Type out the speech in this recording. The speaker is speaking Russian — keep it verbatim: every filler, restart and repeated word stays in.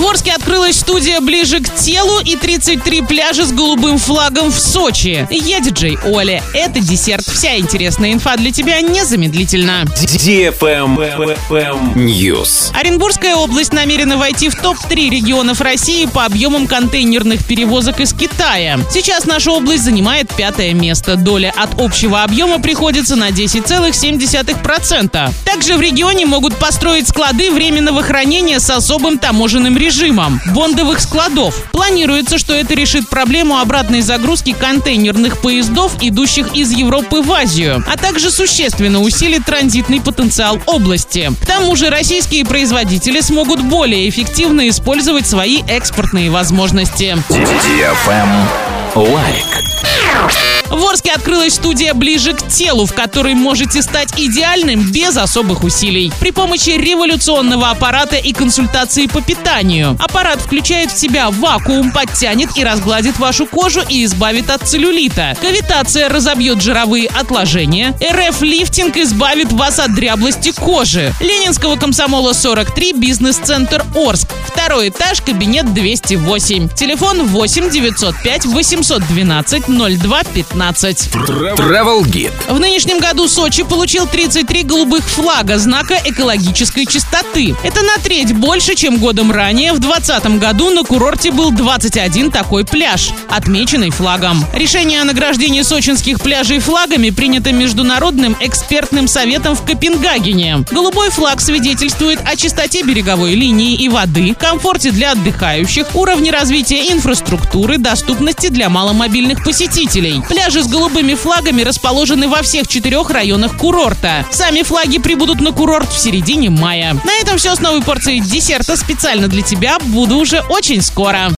В Орске открылась студия ближе к телу и тридцать три пляжа с голубым флагом в Сочи. Я диджей Оля. Это десерт. Вся интересная инфа для тебя незамедлительно. News. Оренбургская область намерена войти в топ три регионов России по объемам контейнерных перевозок из Китая. Сейчас наша область занимает пятое место. Доля от общего объема приходится на десять целых семь десятых процента. Также в регионе могут построить склады временного хранения с особым таможенным режимом – бондовых складов. Планируется, что это решит проблему обратной загрузки контейнерных поездов, идущих из Европы в Азию, а также существенно усилит транзитный потенциал области. К тому же российские производители смогут более эффективно использовать свои экспортные возможности. Лайк. В Орске открылась студия ближе к телу, в которой можете стать идеальным без особых усилий. При помощи революционного аппарата и консультации по питанию. Аппарат включает в себя вакуум, подтянет и разгладит вашу кожу и избавит от целлюлита. Кавитация разобьет жировые отложения. эр эф-лифтинг избавит вас от дряблости кожи. Ленинского комсомола сорок три, бизнес-центр Орск. Второй этаж, кабинет двести восемь. Телефон восемь девятьсот пять восемьсот двенадцать ноль два пятнадцать. Travel Guide. В нынешнем году Сочи получил тридцать три голубых флага, знака экологической чистоты. Это на треть больше, чем годом ранее. В двадцатом году на курорте был двадцать один такой пляж, отмеченный флагом. Решение о награждении сочинских пляжей флагами принято Международным экспертным советом в Копенгагене. Голубой флаг свидетельствует о чистоте береговой линии и воды, комфорте для отдыхающих, уровне развития инфраструктуры, доступности для маломобильных посетителей. Пляжи с голубыми флагами расположены во всех четырех районах курорта. Сами флаги прибудут на курорт в середине мая. На этом все с новой порцией десерта специально для тебя. Буду уже очень скоро.